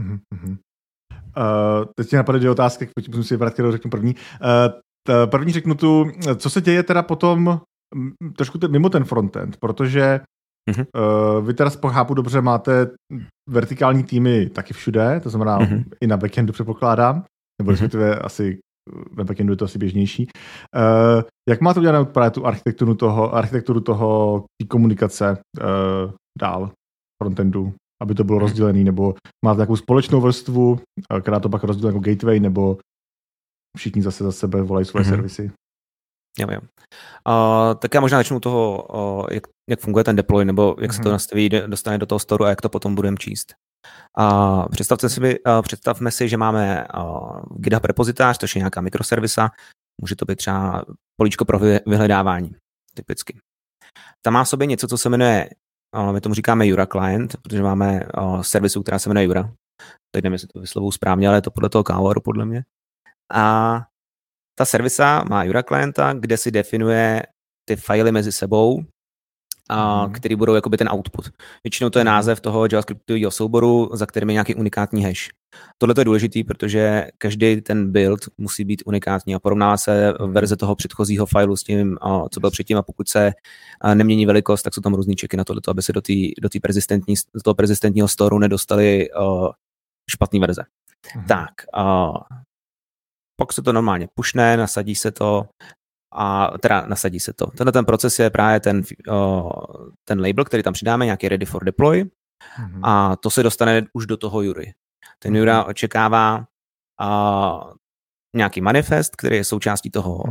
Teď ti napadly dvě otázky, musím si vrátit, kterou řeknu první. První řeknu tu, co se děje teda potom trošku mimo ten frontend, protože vy teda chápu dobře, máte vertikální týmy taky všude, to znamená i na backendu předpokládám, nebo respektive asi na backendu je to asi běžnější. Jak máte udělat právě tu architekturu toho té komunikace dál frontendu, aby to bylo rozdělený, nebo máte takovou společnou vrstvu, která to pak rozdělí jako gateway, nebo všichni zase za sebe volají svoje servisy? Jo. Tak já možná začnu toho, jak funguje ten deploy, nebo jak se to nastaví, dostane do toho storu a jak to potom budeme číst. Představme si, že máme GitHub repozitář, což je nějaká mikroservisa, může to být třeba políčko pro vyhledávání, typicky. Tam má v sobě něco, co se jmenuje, my tomu říkáme Jura Client, protože máme servisu, která se jmenuje Jura. Teď nevím, jestli to vyslovuju správně, ale je to podle toho Kavaru, podle mě. A ta servisa má Jura Clienta, kde si definuje ty fajly mezi sebou, který budou jakoby ten output. Většinou to je název toho JavaScriptového souboru, za kterým je nějaký unikátní hash. Tohle je důležitý, protože každý ten build musí být unikátní a porovná se verze toho předchozího failu s tím, co byl předtím, a pokud se nemění velikost, tak jsou tam různý checky na tohleto, aby se do toho persistentního storu nedostali špatný verze. Tak, pak se to normálně pušne, nasadí se to teda nasadí se to. Tenhle ten proces je právě ten label, který tam přidáme, nějaký ready for deploy, a to se dostane už do toho Jury. Ten Jura očekává nějaký manifest, který je součástí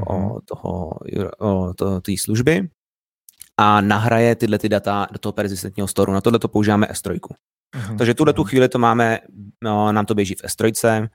té služby a nahraje tyhle ty data do toho persistentního storu. Na tohle to používáme S3. Takže tu chvíli to máme, nám to běží v S3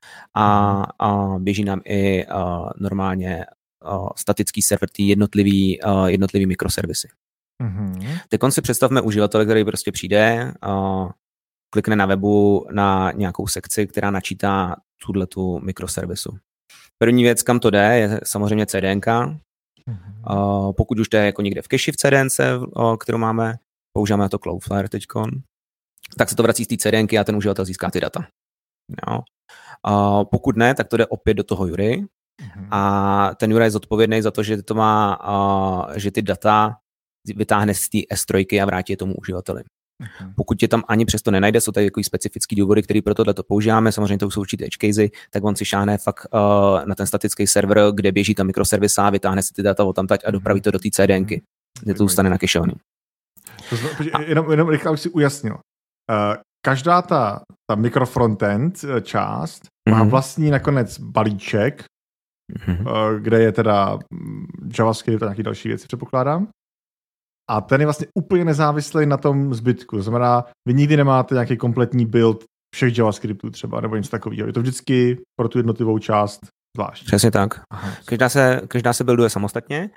a běží nám i normálně statický server, ty jednotlivý mikroservisy. Teď si představme uživatele, který prostě přijde, klikne na webu na nějakou sekci, která načítá tu mikroservisu. První věc, kam to jde, je samozřejmě CDNka. Pokud už to je jako někde v cache v CDNce, kterou máme, používáme na to Cloudflare teďkon, tak se to vrací z té CDNky a ten uživatel získá ty data. Jo. Pokud ne, tak to jde opět do toho Jury. A ten Jura je zodpovědný za to, že to má, že ty data vytáhne z té S3 a vrátí je tomu uživateli. Pokud je tam ani přesto nenajde, jsou tady jako specifický důvody, který pro tohle to používáme, samozřejmě to jsou určitě edge casey, tak on si šáhne fakt na ten statický server, kde běží ta mikroservisa, vytáhne si ty data odtamtať a dopraví to do té CDNky, kde to zůstane nakešovaný. Jenom rychle už si ujasnil. Každá ta mikrofrontend část má vlastní nakonec balíček, kde je teda JavaScript a nějaké další věci, předpokládám. A ten je vlastně úplně nezávislý na tom zbytku. To znamená, vy nikdy nemáte nějaký kompletní build všech JavaScriptů třeba, nebo něco takového. Je to vždycky pro tu jednotlivou část zvlášť. Přesně tak. Každá se builduje samostatně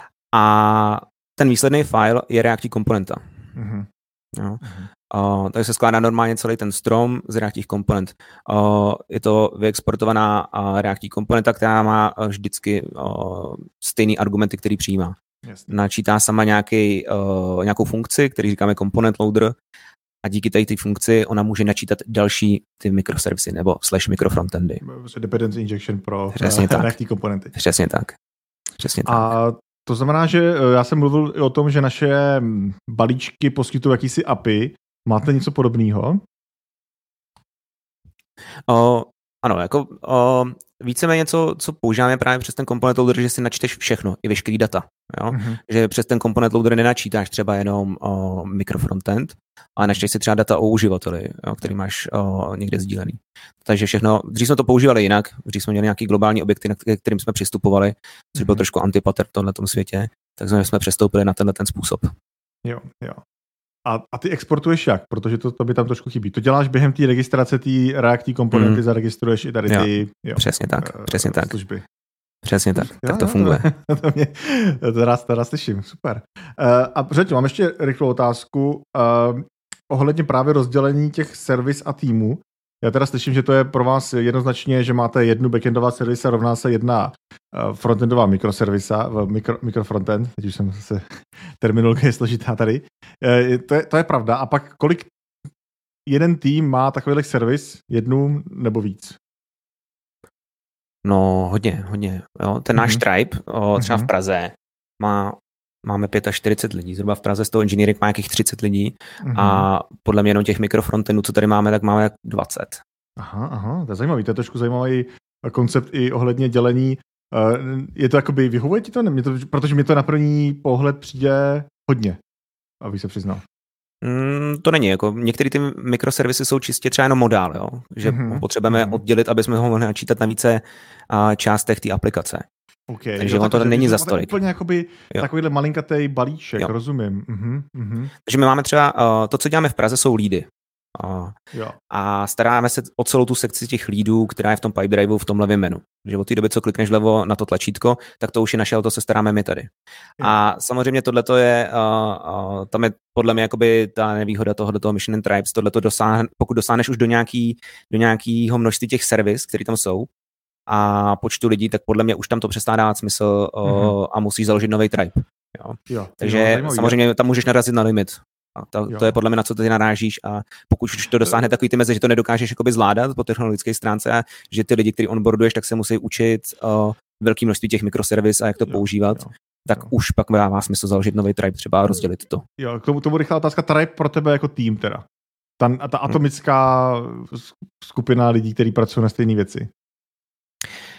a ten výsledný file je Reactí komponenta. Jo. Takže se skládá normálně celý ten strom z Reactích komponent. Je to vyexportovaná Reactí komponenta, která má vždycky stejný argumenty, který přijímá. Jasně. Načítá sama nějakou funkci, který říkáme component loader, a díky té funkci ona může načítat další ty mikroservisy nebo /mikrofrontendy. Dependency injection pro Reactí komponenty. Přesně tak. A to znamená, že já jsem mluvil i o tom, že naše balíčky poskytují jakýsi API. Máte něco podobného? Ano, jako víceméně co používáme právě přes ten component loader, že si načteš všechno, i veškerý data. Jo? Že přes ten component loader nenačítáš třeba jenom mikrofrontend, ale načteš si třeba data o uživateli, jo, který máš někde sdílený. Takže všechno, dřív jsme to používali jinak, dřív jsme měli nějaký globální objekty, k kterým jsme přistupovali, což byl trošku antipattern v tomhletom světě, tak jsme přestoupili na tenhle ten způsob. Jo. A ty exportuješ jak? Protože to by tam trošku chybí. To děláš během té registrace té Reactí komponenty, zaregistruješ i tady ty přesně tak. Služby. Přesně tak. Tak to funguje. To rád slyším. Super. A předtím mám ještě rychlou otázku ohledně právě rozdělení těch servis a týmů. Já teda slyším, že to je pro vás jednoznačně, že máte jednu backendová servisa rovná se jedna frontendová mikroservisa, mikrofrontend, teď už jsem se terminologie složitá tady. To je pravda. A pak kolik jeden tým má takovýhle servis, jednu nebo víc? No, hodně. Jo. Ten náš tribe, třeba v Praze, máme 45 lidí, zhruba v Praze z toho engineering má nějakých 30 lidí a podle mě jenom těch mikrofrontendů, co tady máme, tak máme 20. Aha, to je zajímavý, to je trošku zajímavý koncept i ohledně dělení. Je to jakoby, vyhovuje ti to? Protože mi to na první pohled přijde hodně, abych se přiznal. To není, jako některé ty mikroservisy jsou čistě třeba jenom modál, jo? Že potřebujeme oddělit, aby jsme ho mohli načítat na více částech té aplikace. Okay, takže on to není za stolik. Úplně jakoby takovýhle malinkatý balíček, rozumím. Takže my máme třeba, to, co děláme v Praze, jsou lídy. A staráme se o celou tu sekci těch lídů, která je v tom Pipedriveu v tom levém menu. Že od té doby, co klikneš levo na to tlačítko, tak to už je naše, to se staráme my tady. A samozřejmě tohleto je, tam je podle mě jakoby ta nevýhoda tohoto Mission and Tribes, tohleto pokud dosáhneš už do nějakého množství těch servis, které tam jsou, a počtu lidí, tak podle mě už tam to přestává dávat smysl a musíš založit nový tribe. Takže samozřejmě tam můžeš narazit na limit. A to je podle mě, na co ty narážíš, a pokud už to dosáhne takový ty meze, že to nedokážeš jakoby zvládat po technologické stránce a že ty lidi, který onboarduješ, tak se musí učit velké množství těch mikroservis a jak to používat, tak už pak dává smysl založit nový tribe třeba a rozdělit to. Jo, k tomu rychlá otázka, tribe pro tebe jako tým teda. Ta atomická skupina lidí, kteří pracují na stejné věci.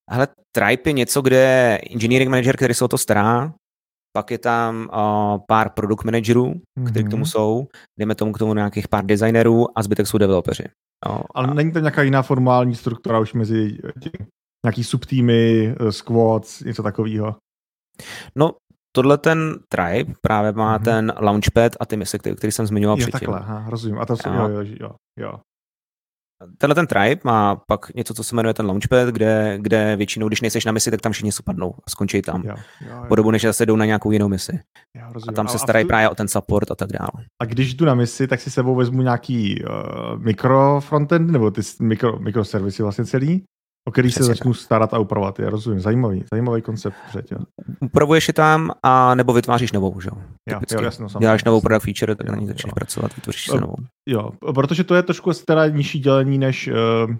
Hele, Tribe je něco, kde engineering manager, který se o to stará, pak je tam pár product managerů, kteří k tomu jsou, dejme tomu k tomu nějakých pár designerů a zbytek jsou developeři. Ale není tam nějaká jiná formální struktura už mezi nějaký subtýmy, squads, něco takového? No, tohle ten Tribe právě má ten Launchpad a ty mise, který jsem zmiňoval předtím. Takhle, rozumím. A to jsou, jo. Tenhle ten Tribe má pak něco, co se jmenuje ten Launchpad, kde většinou, když nejseš na misi, tak tam všichni spadnou a skončí tam. Jo. Po dobu, než zase jdou na nějakou jinou misi. A tam se starají právě o ten support a tak dále. A když jdu na misi, tak si sebou vezmu nějaký mikro frontend, nebo ty mikroservisy vlastně celý, o který se začnu starat a upravovat. Já rozumím. Zajímavý koncept. Upravuješ je tam a nebo vytváříš novou, že jo? Jasno, děláš novou product feature, tak na ní začneš pracovat, vytvoříš se novou. Jo, protože to je trošku teda nižší dělení, než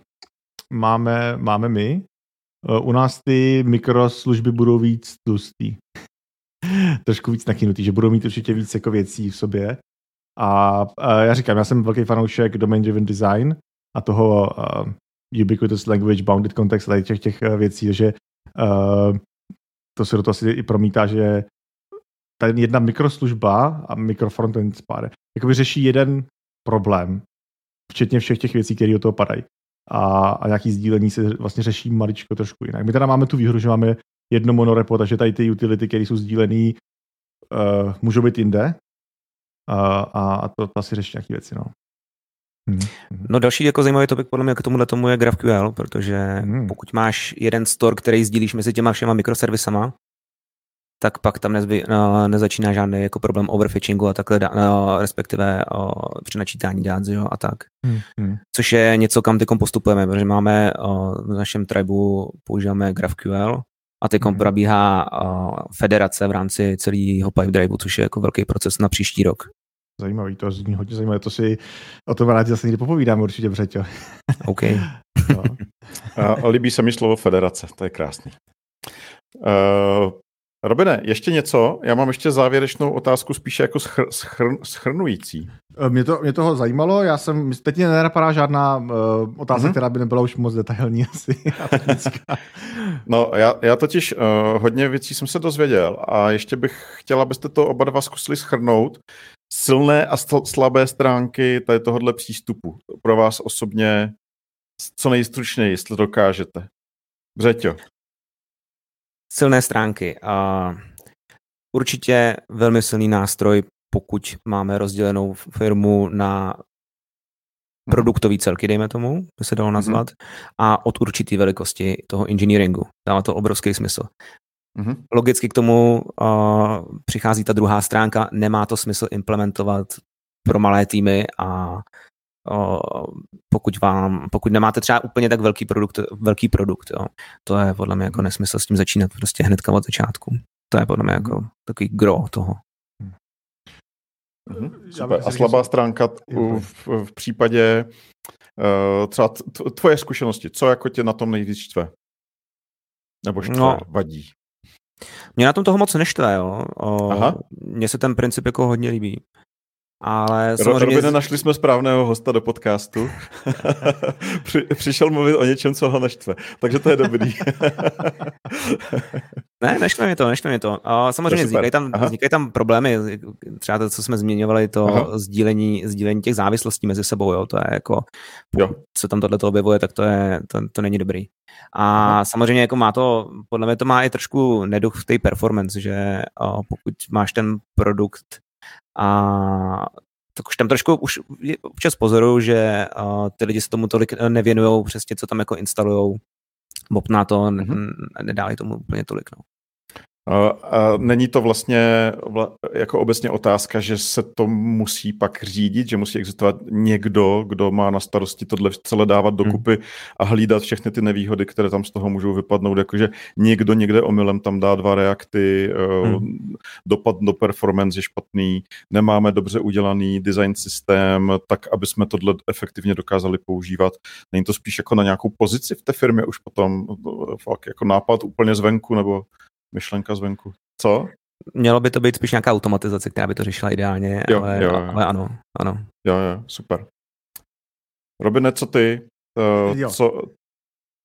máme my. U nás ty mikroslužby budou víc tlustý. Trošku víc nakynutý, že budou mít určitě víc jako věcí v sobě. A já říkám, já jsem velký fanoušek domain-driven design a toho ubiquitous language, bounded context a těch věcí, takže to se do toho asi i promítá, že ta jedna mikroslužba a mikrofrontend spáre jakoby řeší jeden problém, včetně všech těch věcí, které do toho padají. A nějaký sdílení se vlastně řeší maličko trošku jinak. My teda máme tu výhodu, že máme jedno monorepo, takže tady ty utility, které jsou sdílený, můžou být jinde a to asi řeší nějaké věci, no. No další jako zajímavý topik podle mě k tomuhle tomu je GraphQL, protože pokud máš jeden store, který sdílíš mezi těma všema mikroservisama, tak pak tam nezačíná žádný jako problém overfetchingu a takhle, respektive při načítání dát, jo, a tak. Což je něco, kam tykom postupujeme, protože máme v našem tribu používáme GraphQL a tykom probíhá federace v rámci celého Pipedrive, což je jako velký proces na příští rok. Zajímavý, to zní hodně zajímavé, to si o tom rádi zase někdy popovídáme určitě, Břeťo. OK. No. A líbí se mi slovo federace, to je krásný. Robine, ještě něco? Já mám ještě závěrečnou otázku spíše jako schrnující. Mě toho zajímalo, teď mě nenapadá žádná otázka, která by nebyla už moc detailní asi. No, já totiž hodně věcí jsem se dozvěděl a ještě bych chtěla, abyste to oba dva zkusili shrnout. Silné a slabé stránky tady tohohle přístupu. Pro vás osobně co nejstručněji, jestli dokážete. Břeťo. Silné stránky. Určitě velmi silný nástroj, pokud máme rozdělenou firmu na produktový celky, dejme tomu, by se dalo nazvat, a od určité velikosti toho engineeringu. Dává to obrovský smysl. Logicky k tomu přichází ta druhá stránka, nemá to smysl implementovat pro malé týmy a pokud nemáte třeba úplně tak velký produkt, jo, to je podle mě jako nesmysl s tím začínat prostě hnedka od začátku. To je podle mě jako takový gro toho. Super. A slabá stránka v případě třeba tvoje zkušenosti, co jako tě na tom nejvíc štve? Nebo štve, vadí? Mě na tom toho moc neštve, jo. Mně se ten princip jako hodně líbí. Ale samozřejmě... Robine, našli jsme správného hosta do podcastu. Přišel mluvit o něčem, co ho neštve. Takže to je dobrý. Ne, neštve mě to. Samozřejmě vznikají tam problémy, třeba to, co jsme zmiňovali, to sdílení těch závislostí mezi sebou, jo. To je jako, pokud se tam tohleto objevuje, tak to není dobrý. A samozřejmě jako podle mě to má i trošku neduch v té performance, že pokud máš ten produkt tak už tam trošku už občas pozoruju, že ty lidi se tomu tolik nevěnujou přesně, co tam jako instalujou. Bobtná to, nedávají tomu úplně tolik. No. A není to vlastně jako obecně otázka, že se to musí pak řídit, že musí existovat někdo, kdo má na starosti tohle celé dávat dokupy a hlídat všechny ty nevýhody, které tam z toho můžou vypadnout, jakože někdo někde omylem tam dá 2 reakty, dopad do performance je špatný, nemáme dobře udělaný design systém, tak, aby jsme tohle efektivně dokázali používat. Není to spíš jako na nějakou pozici v té firmě už potom fakt jako nápad úplně zvenku nebo myšlenka zvenku. Co? Mělo by to být spíš nějaká automatizace, která by to řešila ideálně, ale ano. Jo, super. Robine, co ty?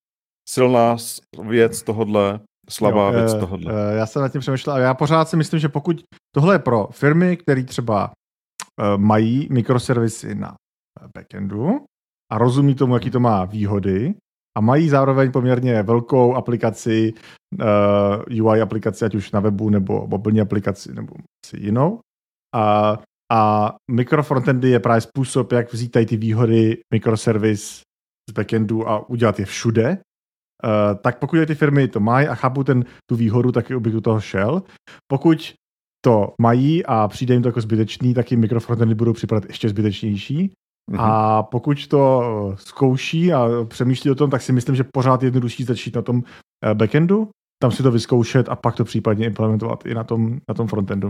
silná věc tohodle, slabá věc tohodle. Já jsem nad tím přemýšlel a já pořád si myslím, že pokud tohle je pro firmy, které třeba mají mikroservisy na backendu a rozumí tomu, jaký to má výhody a mají zároveň poměrně velkou aplikaci, UI aplikaci, ať už na webu nebo mobilní aplikaci nebo si jinou. A mikrofrontendy je právě způsob, jak vzít tady ty výhody mikroservis z backendu a udělat je všude. Tak pokud ty firmy to mají a chápu tu výhodu, tak bych do toho šel. Pokud to mají a přijde jim to jako zbytečný, tak jim mikrofrontendy budou připadat ještě zbytečnější. A pokud to zkouší a přemýšlí o tom, tak si myslím, že pořád je jednodušší začít na tom backendu, tam si to vyzkoušet a pak to případně implementovat i na tom frontendu.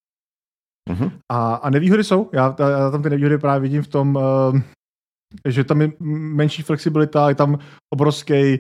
A nevýhody jsou. Já tam ty nevýhody právě vidím v tom, že tam je menší flexibilita, je tam obrovský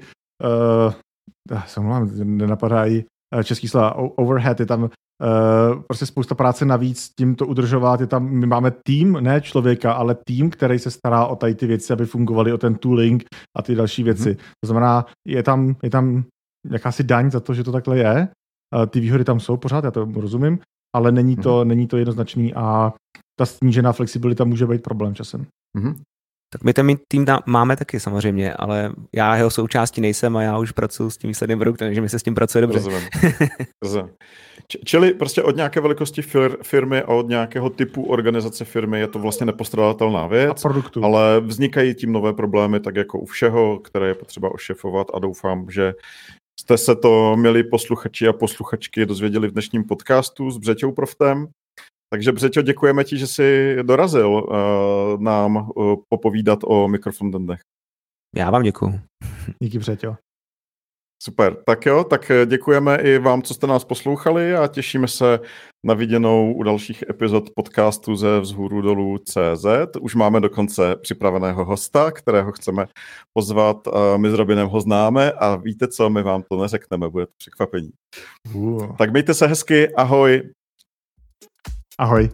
nenapadají český slova, overhead, je tam prostě spousta práce navíc tím to udržovat, my máme tým, ne člověka, ale tým, který se stará o tady ty věci, aby fungovaly, o ten tooling a ty další věci. To znamená, je tam jakási daň za to, že to takhle je. Ty výhody tam jsou pořád, já to rozumím, ale není to jednoznačný a ta snížená flexibilita může být problém časem. Tak my ten tým máme taky samozřejmě, ale já jeho součástí nejsem a já už pracuji s tím výsledným produktem, takže mi se s tím pracuje dobře. Rozumím. Čili prostě od nějaké velikosti firmy a od nějakého typu organizace firmy je to vlastně nepostradatelná věc, ale vznikají tím nové problémy, tak jako u všeho, které je potřeba ošefovat a doufám, že jste se to, milí posluchači a posluchačky, dozvěděli v dnešním podcastu s Břeťou Proftem. Takže Břeťo, děkujeme ti, že jsi dorazil nám popovídat o mikrofrontendech. Já vám děkuju. Díky, Břeťo. Super, tak jo, tak děkujeme i vám, co jste nás poslouchali a těšíme se na viděnou u dalších epizod podcastu ze Vzhůru dolů CZ. Už máme dokonce připraveného hosta, kterého chceme pozvat. My s Robinem ho známe a víte co, my vám to neřekneme, bude to překvapení. Tak mějte se hezky, ahoj. Ahoj.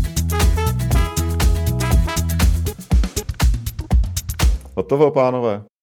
Hotovo, pánové.